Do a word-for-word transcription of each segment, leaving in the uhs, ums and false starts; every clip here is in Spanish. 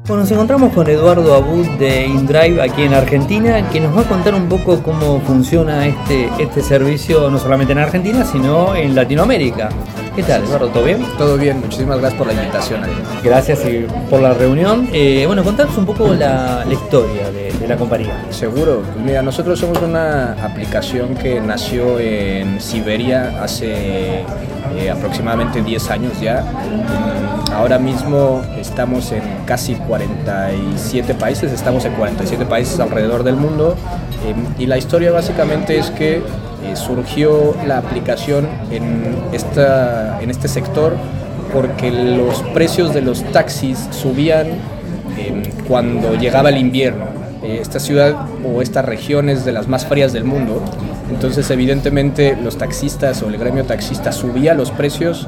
Bueno, nos encontramos con Eduardo Abud de InDrive aquí en Argentina, que nos va a contar un poco cómo funciona este, este servicio, no solamente en Argentina, sino en Latinoamérica. ¿Qué tal, Eduardo? ¿Todo bien? Todo bien, muchísimas gracias por la invitación. Gracias y por la reunión. Eh, bueno, contanos un poco la, la historia de, de la compañía. Seguro. Pues mira, nosotros somos una aplicación que nació en Siberia hace eh, aproximadamente diez años ya. Ahora mismo estamos en casi cuarenta y siete países, estamos en cuarenta y siete países alrededor del mundo, eh, y la historia básicamente es que eh, surgió la aplicación en, esta, en este sector porque los precios de los taxis subían eh, cuando llegaba el invierno. Eh, esta ciudad o esta región es de las más frías del mundo, entonces evidentemente los taxistas o el gremio taxista subía los precios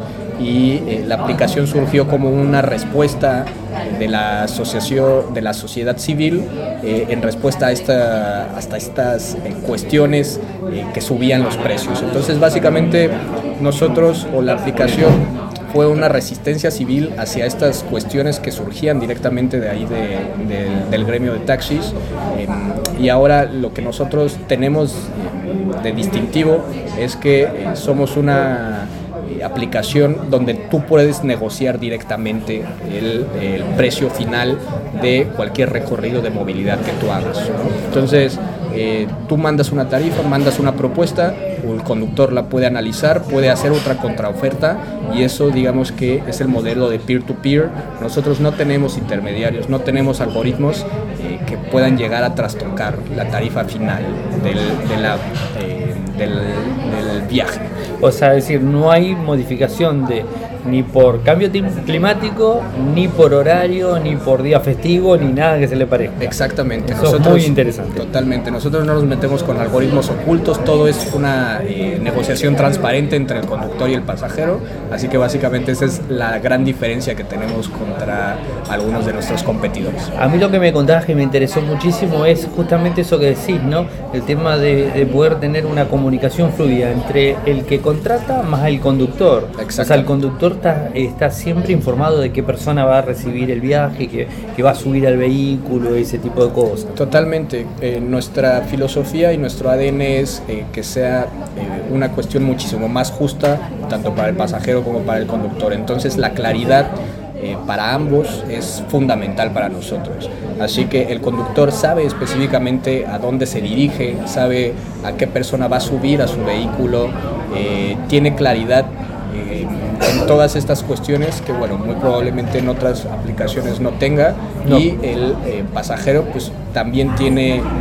y eh, la aplicación surgió como una respuesta de la asociación, de la sociedad civil eh, en respuesta a esta, hasta estas eh, cuestiones eh, que subían los precios. Entonces básicamente nosotros o la aplicación fue una resistencia civil hacia estas cuestiones que surgían directamente de ahí de, de, del gremio de taxis, eh, y ahora lo que nosotros tenemos eh, de distintivo es que eh, somos una aplicación donde tú puedes negociar directamente el, el precio final de cualquier recorrido de movilidad que tú hagas, ¿no? Entonces eh, tú mandas una tarifa, mandas una propuesta, el conductor la puede analizar, puede hacer otra contraoferta, y eso digamos que es el modelo de peer-to-peer. Nosotros no tenemos intermediarios, no tenemos algoritmos eh, que puedan llegar a trastocar la tarifa final del, de la, eh, del, del viaje. O sea, es decir, no hay modificación de ni por cambio climático, ni por horario, ni por día festivo, ni nada que se le parezca. Exactamente. Eso Nosotros, es muy interesante. Totalmente. Nosotros no nos metemos con algoritmos ocultos, todo es una eh, negociación transparente entre el conductor y el pasajero, así que básicamente esa es la gran diferencia que tenemos contra algunos de nuestros competidores. A mí lo que me contabas que me interesó muchísimo es justamente eso que decís, ¿no? El tema de, de poder tener una comunicación fluida entre el que contrata más el conductor. Exacto. O sea, el conductor Está, está siempre informado de qué persona va a recibir el viaje, que, que va a subir al vehículo, ese tipo de cosas. Totalmente. Eh, nuestra filosofía y nuestro A D N es eh, que sea eh, una cuestión muchísimo más justa, tanto para el pasajero como para el conductor. Entonces la claridad eh, para ambos es fundamental para nosotros. Así que el conductor sabe específicamente a dónde se dirige, sabe a qué persona va a subir a su vehículo, eh, tiene claridad eh, en todas estas cuestiones que, bueno, muy probablemente en otras aplicaciones no tenga, no. Y el eh, pasajero pues también tiene eh,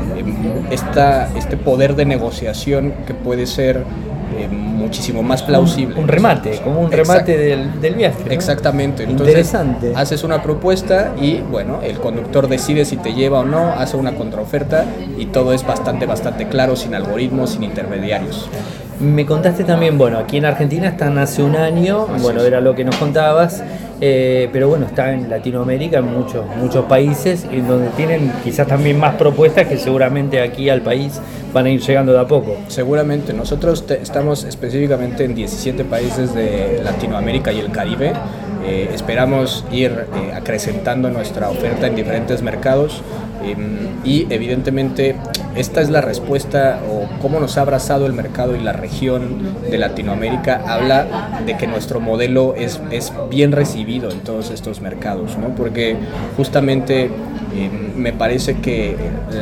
esta, este poder de negociación que puede ser eh, muchísimo más plausible. Un, un remate, como un remate del, del viaje, ¿no? Exactamente. Entonces, interesante. Haces una propuesta y, bueno, el conductor decide si te lleva o no, hace una contraoferta y todo es bastante, bastante claro, sin algoritmos, sin intermediarios. Me contaste también, bueno, aquí en Argentina están hace un año, Así bueno, es. Era lo que nos contabas, eh, pero bueno, está en Latinoamérica, en muchos, muchos países, en donde tienen quizás también más propuestas que seguramente aquí al país van a ir llegando de a poco. Seguramente, nosotros te, estamos específicamente en diecisiete países de Latinoamérica y el Caribe. Eh, esperamos ir eh, acrecentando nuestra oferta en diferentes mercados, eh, y evidentemente esta es la respuesta, o cómo nos ha abrazado el mercado y la región de Latinoamérica habla de que nuestro modelo es, es bien recibido en todos estos mercados, ¿no? Porque justamente eh, me parece que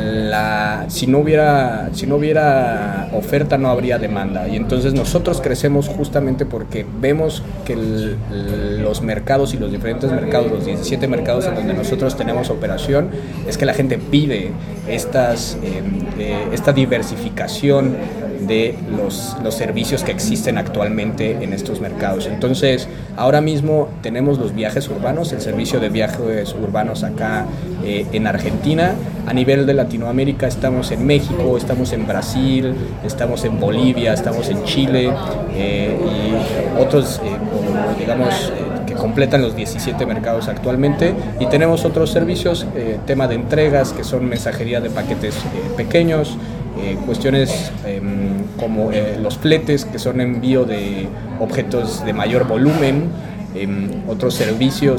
la, si no hubiera, si no hubiera oferta no habría demanda, y entonces nosotros crecemos justamente porque vemos que el, los mercados y los diferentes mercados, los diecisiete mercados en donde nosotros tenemos operación, es que la gente pide estas, eh, eh, esta diversificación de los, los servicios que existen actualmente en estos mercados. Entonces, ahora mismo tenemos los viajes urbanos, el servicio de viajes urbanos acá eh, en Argentina. A nivel de Latinoamérica estamos en México, estamos en Brasil, estamos en Bolivia, estamos en Chile, eh, y otros, eh, digamos, eh, que completan los diecisiete mercados actualmente, y tenemos otros servicios, eh, tema de entregas, que son mensajería de paquetes eh, pequeños, eh, cuestiones eh, como eh, los fletes, que son envío de objetos de mayor volumen, eh, otros servicios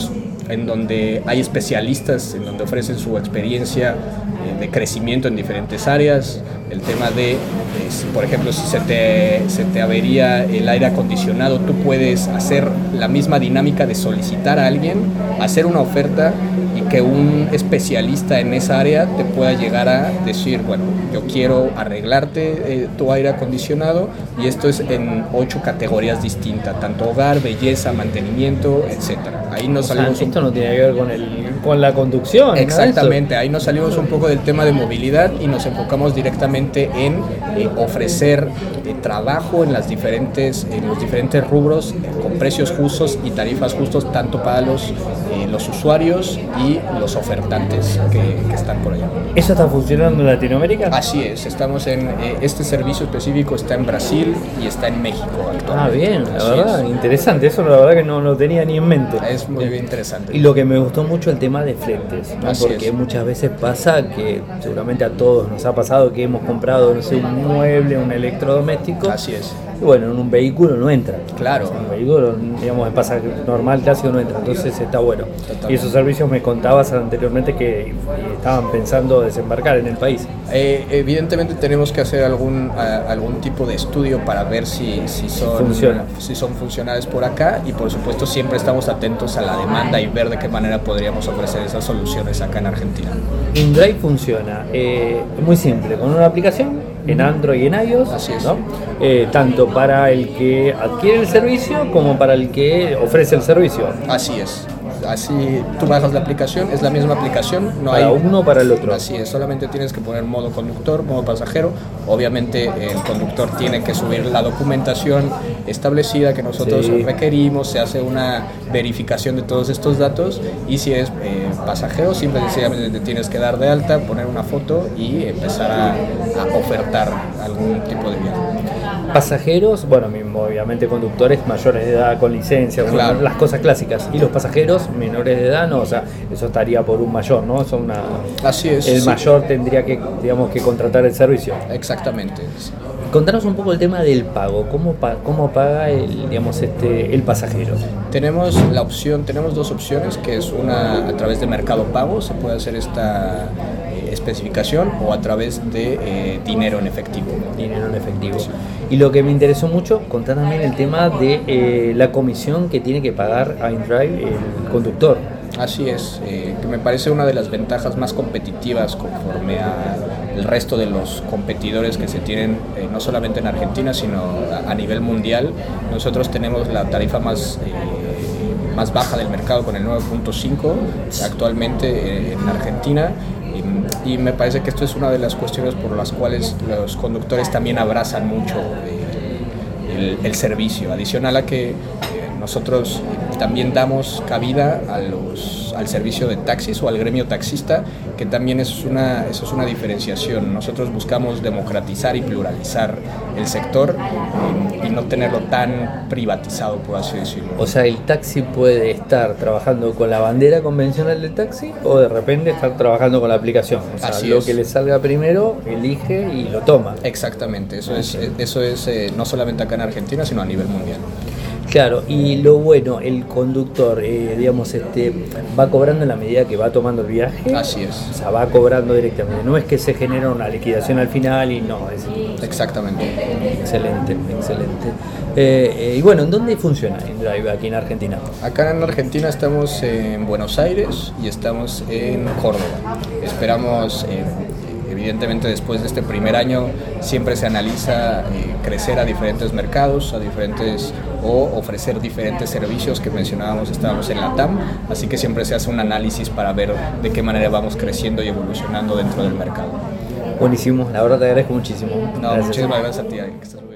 en donde hay especialistas, en donde ofrecen su experiencia eh, de crecimiento en diferentes áreas. El tema de, eh, si, por ejemplo, si se te, se te avería el aire acondicionado, tú puedes hacer la misma dinámica de solicitar a alguien, hacer una oferta y que un especialista en esa área te pueda llegar a decir, bueno, yo quiero arreglarte eh, tu aire acondicionado, y esto es en ocho categorías distintas, tanto hogar, belleza, mantenimiento, etcétera. Ahí nos salimos. O sea, esto un... no tiene que ver con, el, con la conducción. Exactamente, ahí nos salimos un poco del tema de movilidad y nos enfocamos directamente en eh, ofrecer eh, trabajo en, las diferentes, en los diferentes rubros, eh, con precios justos y tarifas justos, tanto para los, eh, los usuarios y los ofertantes que, que están por allá. ¿Eso está funcionando en Latinoamérica? Así es, estamos en, eh, este servicio específico está en Brasil y está en México actualmente. Ah, bien, la Así verdad, es. Interesante, eso la verdad que no lo tenía ni en mente. Es muy bien interesante. Y lo que me gustó mucho el tema de fletes, ¿no? Así Porque es. muchas veces pasa que seguramente a todos nos ha pasado que hemos comprado, no sé, un mueble, un electrodoméstico. Así es. Y bueno, en un vehículo no entra. Claro. O sea, en un vehículo, digamos, en pasaje normal, clásico no entra. Entonces está bueno. Totalmente. Y esos servicios me contabas anteriormente que estaban pensando desembarcar en el país. Eh, evidentemente tenemos que hacer algún, a, algún tipo de estudio para ver si, si, son, Funciona. si son funcionales por acá, y por supuesto siempre estamos atentos a la demanda y ver de qué manera podríamos ofrecer esas soluciones acá en Argentina. InDrive funciona eh, muy simple, con una aplicación en Android y en iOS, Así es. ¿no? Eh, tanto para el que adquiere el servicio como para el que ofrece el servicio. Así es. Así tú bajas la aplicación, es la misma aplicación, no Para hay uno o para el otro. Así es, solamente tienes que poner modo conductor, modo pasajero. Obviamente el conductor tiene que subir la documentación establecida que nosotros Sí. requerimos, se hace una verificación de todos estos datos, y si es eh, pasajero, simplemente te tienes que dar de alta, poner una foto y empezar a, a ofertar algún tipo de viaje. Pasajeros, bueno, mismo, obviamente conductores mayores de edad con licencia, Claro. bueno, las cosas clásicas. Y los pasajeros menores de edad, no, o sea, eso estaría por un mayor, ¿no? Eso una, Así es. el sí. mayor tendría que, digamos, que contratar el servicio. Exactamente. Sí. Contanos un poco el tema del pago, ¿cómo, pa- cómo paga el, digamos, este, el pasajero? Tenemos la opción, tenemos dos opciones, que es una a través de Mercado Pago, se puede hacer esta eh, especificación, o a través de eh, dinero en efectivo. Dinero en efectivo. Y lo que me interesó mucho, contar también el tema de eh, la comisión que tiene que pagar a InDrive el conductor. Así es, eh, que me parece una de las ventajas más competitivas conforme al resto de los competidores que se tienen, eh, no solamente en Argentina, sino a, a nivel mundial. Nosotros tenemos la tarifa más, eh, más baja del mercado, con el nueve punto cinco actualmente eh, en Argentina. Y, y me parece que esto es una de las cuestiones por las cuales los conductores también abrazan mucho eh, el, el servicio, adicional a que eh, nosotros también damos cabida a los, al servicio de taxis o al gremio taxista, que también es una, eso es una diferenciación. Nosotros buscamos democratizar y pluralizar el sector eh, y no tenerlo tan privatizado, por así decirlo. O sea, el taxi puede estar trabajando con la bandera convencional del taxi o de repente estar trabajando con la aplicación. O sea, Así lo es. que le salga primero, elige y lo toma. Exactamente, eso es, eso es eh, no solamente acá en Argentina, sino a nivel mundial. Claro, y lo bueno, el conductor, eh, digamos, este, va cobrando en la medida que va tomando el viaje. Así es. O sea, va cobrando directamente. No es que se genera una liquidación al final y no. Es Exactamente. excelente, excelente. Eh, eh, y bueno, ¿en dónde funciona InDrive aquí en Argentina? Acá en Argentina estamos en Buenos Aires y estamos en Córdoba. Esperamos, eh, evidentemente después de este primer año, siempre se analiza eh, crecer a diferentes mercados, a diferentes o ofrecer diferentes servicios que mencionábamos, estábamos en la TAM, así que siempre se hace un análisis para ver de qué manera vamos creciendo y evolucionando dentro del mercado. Buenísimo, la verdad te agradezco muchísimo. No, Gracias. muchísimas gracias a ti, Ari, que estés muy bien.